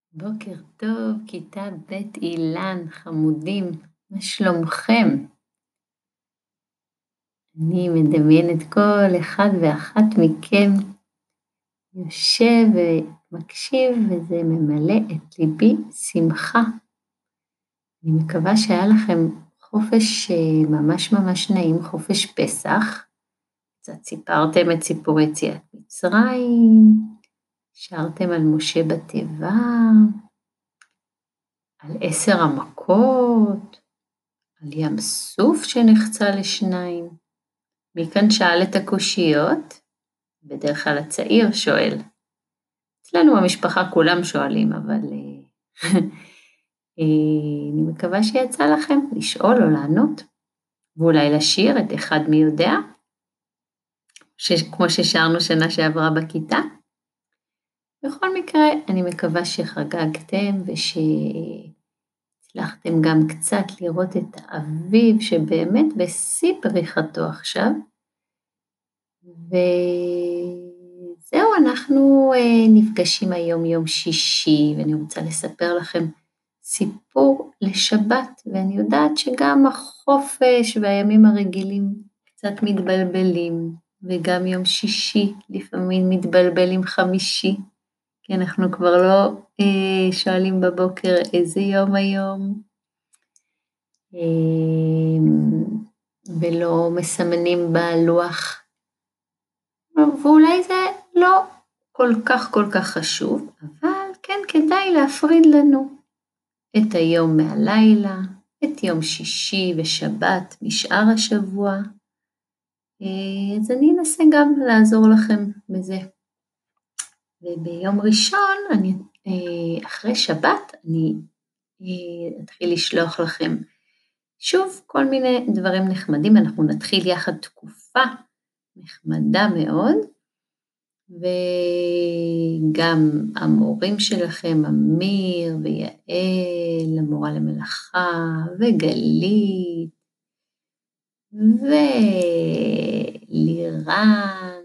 בוקר טוב, כיתה ב' אילן, חמודים, מה שלומכם? אני מדמיינת כל אחד ואחת מכם יושב ומקשיב וזה ממלא את ליבי שמחה. אני מקווה שהיה לכם חופש ממש ממש נעים, חופש פסח. קצת סיפרתם את סיפור יציאת מצרים, שרתם על משה בתיבה, על 10 המכות, על ים סוף שנחצה לשניים. מי כאן שאל את הקושיות? בדרך כלל הצעיר שואל. אצלנו במשפחה כולם שואלים, אבל אני מקווה שיצא לכם לשאול או לענות, ואולי לשיר את אחד מי יודע, כמו ששרנו שנה שעברה בכיתה. בכל מקרה, אני מקווה שחגגתם הצלחתם גם קצת לראות את האביב שבאמת בשיא פריחתו עכשיו. וזהו, אנחנו נפגשים היום יום שישי, ואני רוצה לספר לכם סיפור לשבת, ואני יודעת שגם החופש והימים הרגילים קצת מתבלבלים, וגם יום שישי לפעמים מתבלבל עם חמישי, כי אנחנו כבר לא שואלים בבוקר איזה יום היום, ולא מסמנים בלוח, ואולי זה לא כל כך חשוב, אבל כן כדאי להפריד לנו את היום מהלילה, את יום שישי ושבת משאר השבוע, אז אני אנסה גם לעזור לכם בזה. וביום ראשון, אחרי שבת, אני אתחיל לשלוח לכם שוב כל מיני דברים נחמדים. אנחנו נתחיל יחד תקופה נחמדה מאוד, וגם המורים שלכם, אמיר ויעל, המורה למלאכה, וגלית, ולירן,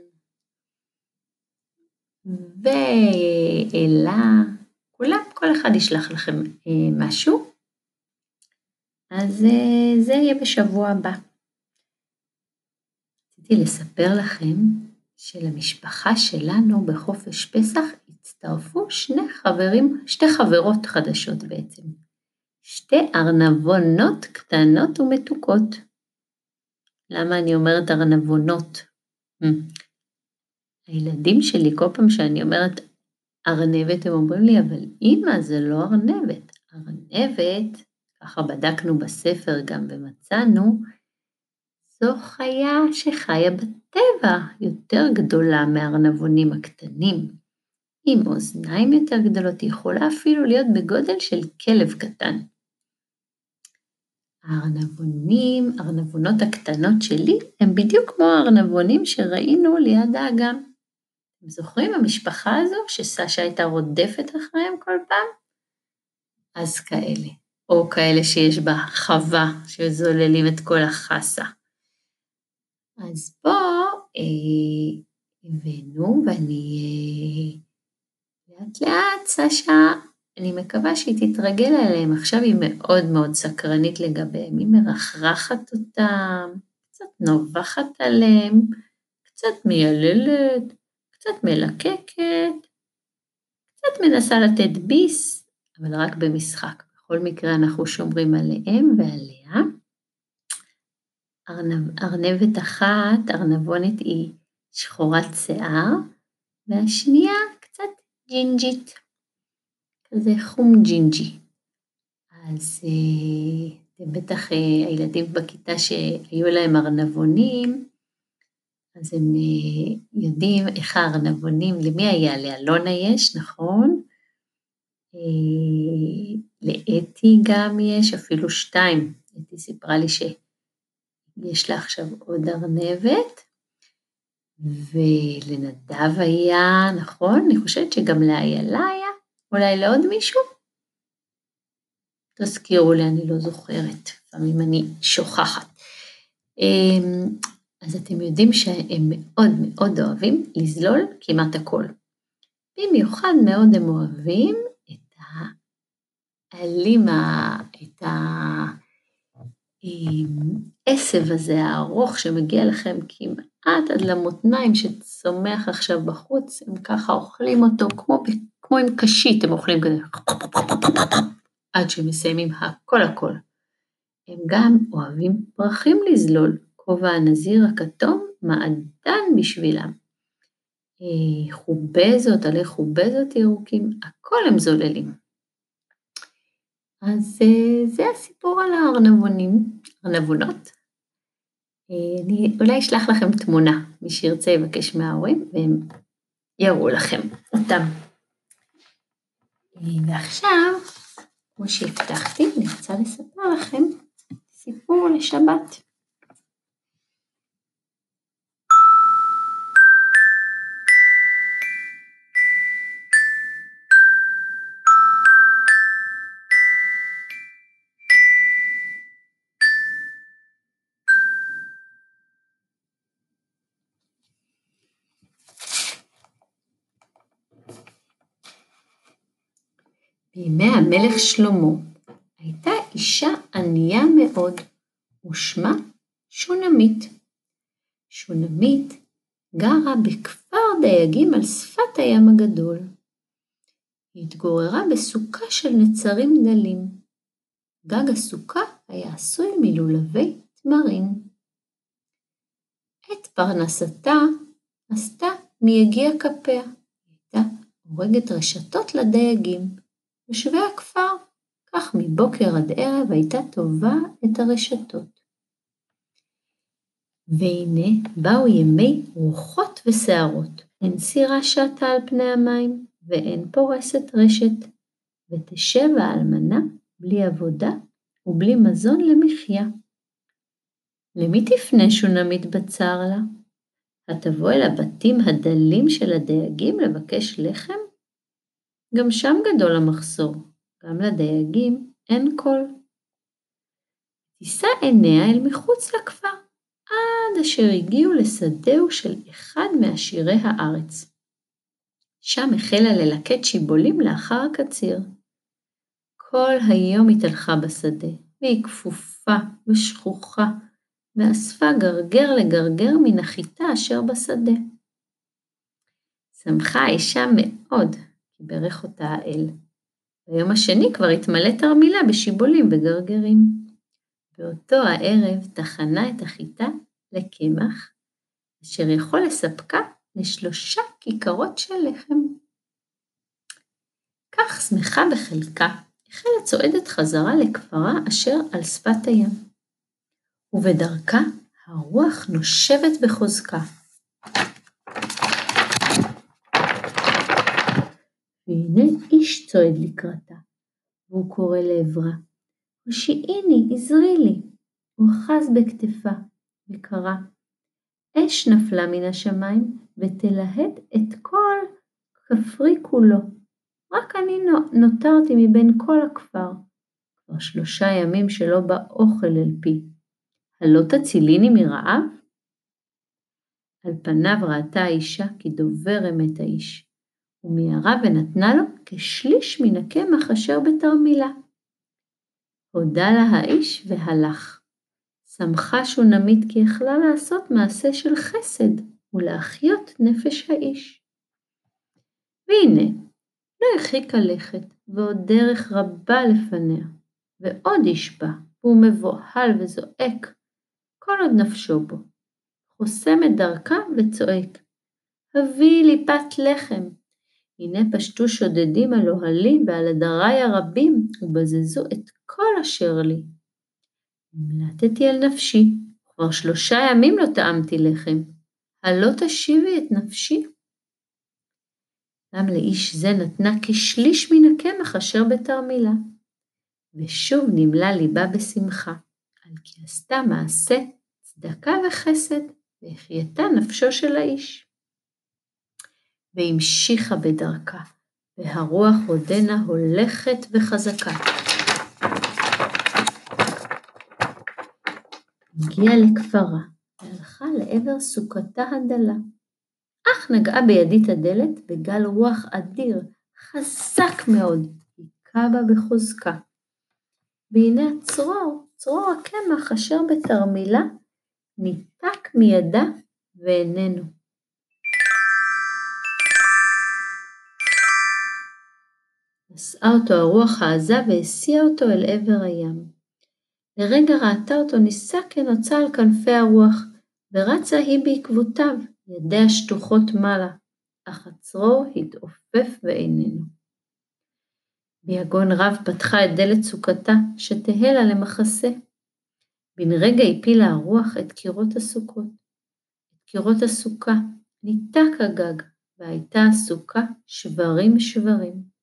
ואלה, כולם, כל אחד ישלח לכם משהו, אז זה יהיה בשבוע הבא. רציתי לספר לכם שלמשפחה שלנו בחופש פסח הצטרפו שתי חברות חדשות בעצם, 2 ארנבונות קטנות ומתוקות. למה אני אומרת ארנבונות? הילדים שלי כל פעם שאני אומרת ארנבת, הם אומרים לי, אבל אמא זה לא ארנבת. ארנבת, ככה בדקנו בספר גם ומצאנו, זו חיה שחיה בטבע, יותר גדולה מהארנבונים הקטנים. עם אוזניים יותר גדולות, היא יכולה אפילו להיות בגודל של כלב קטן. הארנבונות הקטנות שלי, הם בדיוק כמו הארנבונים שראינו ליד האגם. אתם זוכרים המשפחה הזו שסשה הייתה רודפת אחריהם כל פעם? אז כאלה, או כאלה שיש בה חווה שזוללים את כל החסה. אז פה הבאנו, ואני לאט לאט סשה, אני מקווה שהיא תתרגל עליהם, עכשיו היא מאוד מאוד סקרנית לגביהם, היא מרחרחת אותם, קצת נובחת עליהם, קצת מייללת, קצת מלקקת, קצת מנסה לתת ביס, אבל רק במשחק. בכל מקרה אנחנו שומרים עליהם ועליה. ארנבת אחת, ארנבונת היא שחורת שיער, והשנייה קצת ג'ינג'ית, כזה חום ג'ינג'י. אז בטח הילדים בכיתה שהיו להם ארנבונים, אז הם יודעים איך הארנבונים, למי היה? לאלונה יש, נכון? לאתי גם יש, אפילו 2. אתי סיפרה לי שיש לה עכשיו עוד ארנבת, ולנדב היה, נכון? אני חושבת שגם לאיילה היה, אולי לעוד מישהו? תזכירו לי, אני לא זוכרת, לפעמים אני שוכחת. אז אתם יודעים שהם מאוד מאוד אוהבים לזלול כמעט הכל. במיוחד מאוד הם אוהבים את העלימה את העשב הזה הארוך שמגיע לכם כמעט עד למותניים שצומח עכשיו בחוץ, הם ככה אוכלים אותו כמו עם קשית, הם אוכלים כזה עד שמסיימים הכל. הם גם אוהבים פרחים לזלול, כובע הנזיר הכתום מעדן בשבילם. חובזות עלי חובזות ירוקים, הכל הם זוללים. אז זה הסיפור על הארנבונות. אני אולי אשלח לכם תמונה, מי שירצה יבקש מההורים, והם יראו לכם אותם. ועכשיו, כמו שהבטחתי, אני רוצה לספר לכם סיפור לשבת. בימי המלך שלמה הייתה אישה ענייה מאוד, ושמה שונמית. שונמית גרה בכפר דייגים על שפת הים הגדול. היא התגוררה בסוכה של נצרים דלים. גג הסוכה היה עשוי מלולבי תמרים. את פרנסתה עשתה מיגיע כפיה. הייתה הורגת רשתות לדייגים. יושבי הכפר, כך מבוקר עד ערב הייתה טובה את הרשתות. והנה באו ימי רוחות וסערות, אין סירה שעתה על פני המים, ואין פורסת רשת, ותשב האלמנה בלי עבודה ובלי מזון למחיה. למי תפנה שונמית בצר לה? התבוא אל הבתים הדלים של הדייגים לבקש לחם? גם שם גדול המחסור, גם לדייגים אין קול. תישא עיניה אל מחוץ לכפר, עד אשר הגיעו לשדהו של אחד מעשירי הארץ. שם החלה ללקט שיבולים לאחר הקציר. כל היום התהלכה בשדה, והיא כפופה ושכוחה, ואספה גרגר לגרגר מן החיטה אשר בשדה. שמחה האישה מאוד, כי ברך אותה האל. ביום השני כבר התמלא תרמילה בשיבולים וגרגרים. באותו הערב תחנה את החיטה לקמח, אשר יכול לספקה ל3 כיכרות של לחם. כך שמחה בחלקה, החלה צועדת חזרה לכפרה אשר על שפת הים. ובדרכה הרוח נושבת בחוזקה. והנה איש צועד לקראתה, והוא קורא לעברה, הושיעיני, עזרי לי. הוא אחז בכתפה וקרא, אש נפלה מן השמיים ותלהט את כל כפרי כולו. רק אני נותרתי מבין כל הכפר. כבר 3 ימים שלא בא אוכל אל פי. הלא תציליני מרעב? על פניו ראתה האישה כי דובר אמת האיש, ומיהרה ונתנה לו כשליש מן הקמח אשר בתרמילה. הודה לה האיש והלך. שמחה שונמית כי יכלה לעשות מעשה של חסד ולהחיות נפש האיש. והנה, לא הרחיקה לכת, ועוד דרך רבה לפניה, ועוד איש בא, והוא מבוהל וזועק, כל עוד נפשו בו. חוסם את דרכה וצועק, הביא לי פת לחם. הנה פשטו שודדים על אוהלי ועל עדריי הרבים, ובזזו את כל אשר לי. נמלטתי על נפשי, כבר 3 ימים לא טעמתי לחם, הלא תשיבי את נפשי? גם לאיש זה נתנה כשליש מן הקמח אשר בתרמילה, ושוב נמלה ליבה בשמחה, על כי עשתה מעשה צדקה וחסד, והחייתה נפשו של האיש. והמשיכה בדרכה, והרוח עודנה הולכת וחזקה. הגיעה לכפרה, והלכה לעבר סוכתה הדלה. אך נגעה בידית הדלת, וגל רוח אדיר, חזק מאוד, היכה הכה בה בחוזקה. והנה צרור הקמח אשר בתרמילה, ניתק מידה ואיננו. נשאה אותו הרוח העזה והסיעה אותו אל עבר הים. לרגע ראתה אותו נישא כנוצה על כנפי הרוח, ורצה היא בעקבותיו, ידיה שטוחות מעלה, אך הצרור התעופף ואיננו. ביגון רב פתחה את דלת סוכתה, שתהה לה למחסה. בן רגע הפילה הרוח את קירות הסוכות. את קירות הסוכה ניתק הגג, והייתה הסוכה שברים שברים.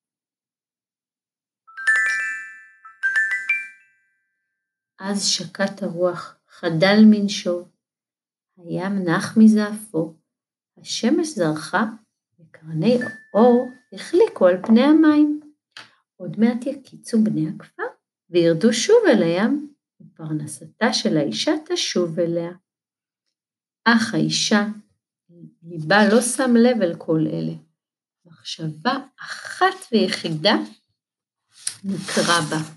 אז שקט הרוח, חדל מנשוב. הים נח מזעפו, השמש זרחה, וקרני אור החליקו על פני המים. עוד מעט יקיצו בני הכפר, וירדו שוב אל הים, ופרנסתה של האישה תשוב אליה. אך האישה, ליבה לא שם לב אל כל אלה. מחשבה אחת ויחידה נקרא בה.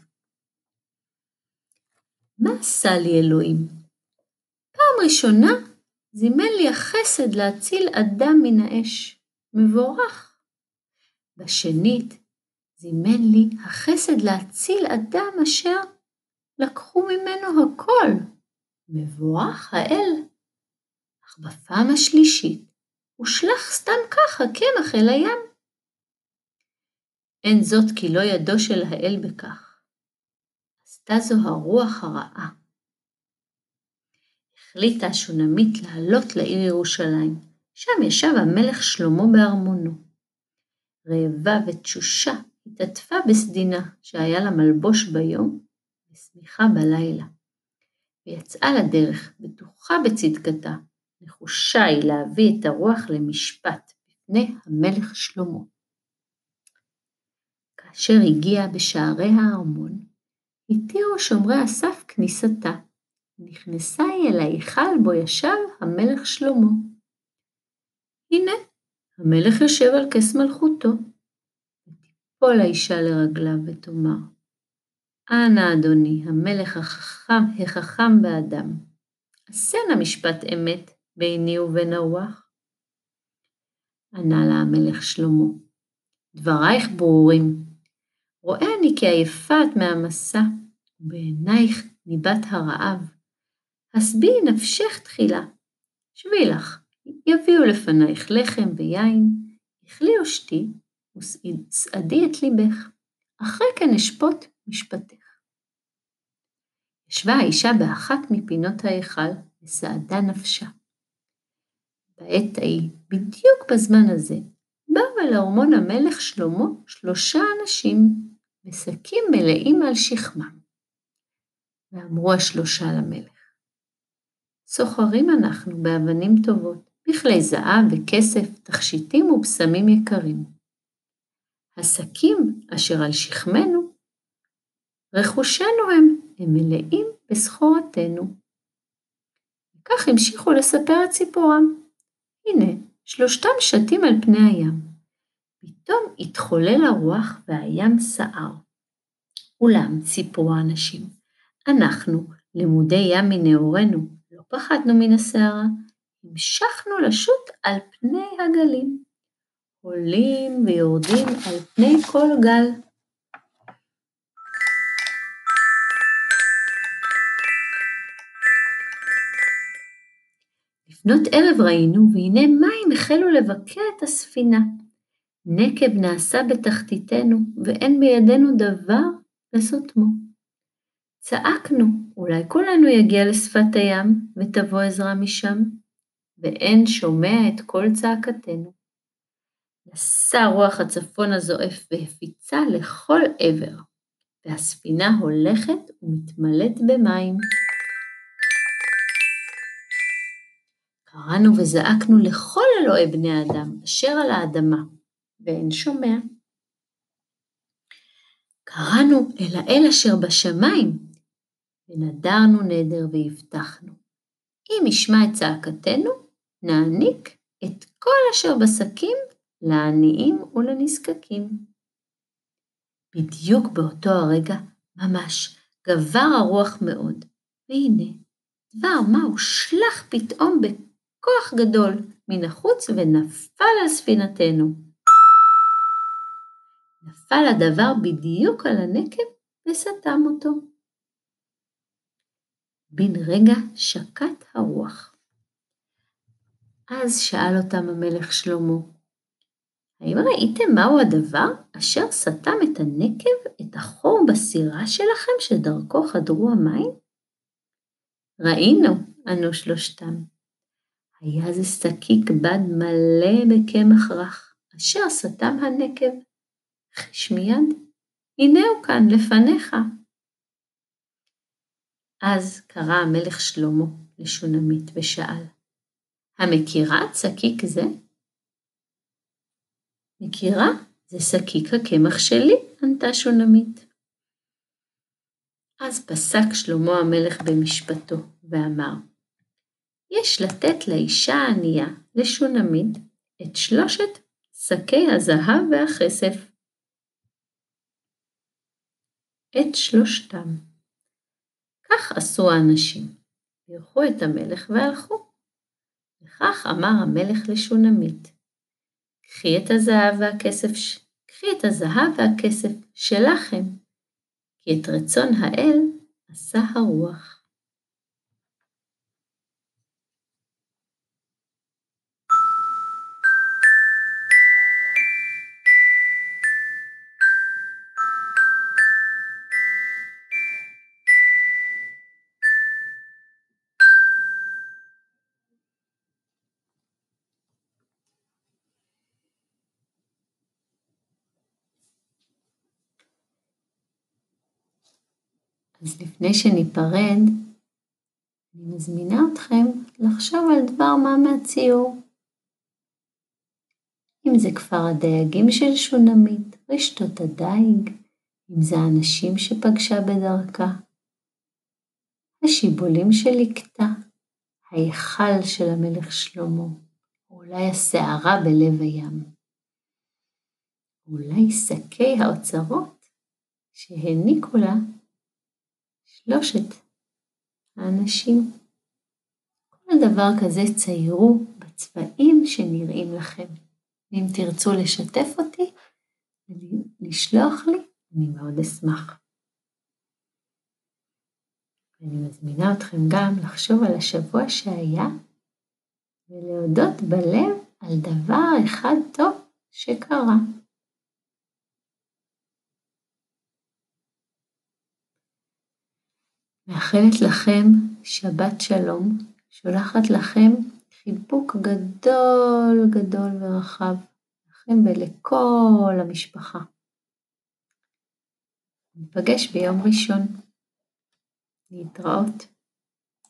מה עשה לי אלוהים? פעם ראשונה זימן לי החסד להציל אדם מן האש. מבורך. בשנית, זימן לי החסד להציל אדם אשר לקחו ממנו הכל. מבורך האל. אך בפעם השלישית, הושלך סתם ככה קמח אל הים. אין זאת כי לא ידו של האל בכך. עשתה זו הרוח הרעה. החליטה השונמית לעלות לעיר ירושלים. שם ישב המלך שלמה בארמונו. רעבה ותשושה התעטפה בסדינה שהיה לה מלבוש ביום ושמיכה בלילה. ויצאה לדרך בטוחה בצדקתה. נחושה היא להביא את הרוח למשפט בפני המלך שלמה. כאשר הגיעה בשערי הארמון, התירו שומרי הסף כניסתה, ונכנסה היא אל ההיכל בו ישב המלך שלמה. הנה, המלך יושב על כס מלכותו, ותיפול האישה לרגליו ותאמר, אנא אדוני, המלך החכם באדם, עשנה משפט אמת ביני ובין הרוח. ענה לה המלך שלמה, דברייך ברורים, רואה אני כי עייפה את מהמסע, ובעינייך ניבת הרעב. הסביעי נפשך תחילה, שבי לך, יביאו לפנייך לחם ויין, אכלי ושתי, וסעדי את ליבך, אחרי כן אשפוט משפטך. ישבה האישה באחת מפינות ההיכל, וסעדה נפשה. בעת ההיא, בדיוק בזמן הזה, באו אל ארמון המלך שלמה 3 אנשים, ושקים מלאים על שכמם. ואמרו 3 למלך, סוחרים אנחנו באבנים טובות, בכלי זהב וכסף, תכשיטים ובשמים יקרים. השקים אשר על שכמנו, רכושנו הם מלאים בסחורתנו. וכך המשיכו לספר את סיפורם. הנה, 3 שטים על פני הים. פתאום התחולל הרוח והים סער. אולם, סיפרו האנשים, אנחנו, למודי ים מנעורנו, לא פחדנו מן הסערה, המשכנו לשוט על פני הגלים, עולים ויורדים על פני כל גל. לפנות ערב ראינו, והנה מים החלו לבקע את הספינה. נקב נעשה בתחתיתנו, ואין בידינו דבר לסותמו. צעקנו, אולי כולנו יגיע לשפת הים, ותבוא עזרה משם, ואין שומע את כל צעקתנו. נסע רוח הצפון הזועף, והפיצה לכל עבר, והספינה הולכת ומתמלאת במים. קראנו וזעקנו לכל אלוהי בני האדם, אשר על האדמה, ואין שומע. קראנו אל האל אשר בשמיים, ונדרנו נדר והבטחנו. אם ישמע את צעקתנו, נעניק את כל אשר בשקים לעניים ולנזקקים. בדיוק באותו הרגע, ממש, גבר הרוח מאוד, והנה, דבר מה הושלך פתאום בכוח גדול מן החוץ ונפל על ספינתנו. נפל הדבר בדיוק על הנקב וסתם אותו. בן רגע שקט הרוח. אז שאל אותם המלך שלמה, האם ראיתם מהו הדבר אשר סתם את הנקב, את החור בסירה שלכם שדרכו חדרו המים? ראינו, ענו שלושתם. היה זה שקיק בד מלא בקמח רך, אשר סתם הנקב. חיש מיד, הנה הוא כאן לפניך. אז קרא המלך שלמה לשונמית ושאל, המכירה שקיק זה? מכירה, זה שקיק הקמח שלי, ענתה שונמית. אז פסק שלמה המלך במשפטו ואמר, יש לתת לאישה הענייה, לשונמית, את 3 שקי הזהב והכסף. את 3. כך עשו האנשים, בירכו את המלך והלכו. וכך אמר המלך לשונמית, קחי את הזהב והכסף שלכם, כי את רצון האל עשה הרוח. אז לפני שניפרד, אני מזמינה אתכם לחשוב על דבר מה מהציור. אם זה כפר הדייגים של שונמית, רשתות הדייג, אם זה האנשים שפגשה בדרכה, השיבולים שלקטה, ההיכל של המלך שלמה, אולי הסערה בלב הים, אולי שקי האוצרות שהעניקו לה 3 האנשים. כל דבר כזה ציירו בצבעים שנראים לכם. אם תרצו לשתף אותי ולשלוח לי, אני מאוד אשמח. אני מזמינה אתכם גם לחשוב על השבוע שהיה ולהודות בלב על דבר אחד טוב שקרה. מאחלת לכם שבת שלום, שולחת לכם חיבוק גדול גדול ורחב, לכם ולכל המשפחה. ניפגש ביום ראשון. להתראות.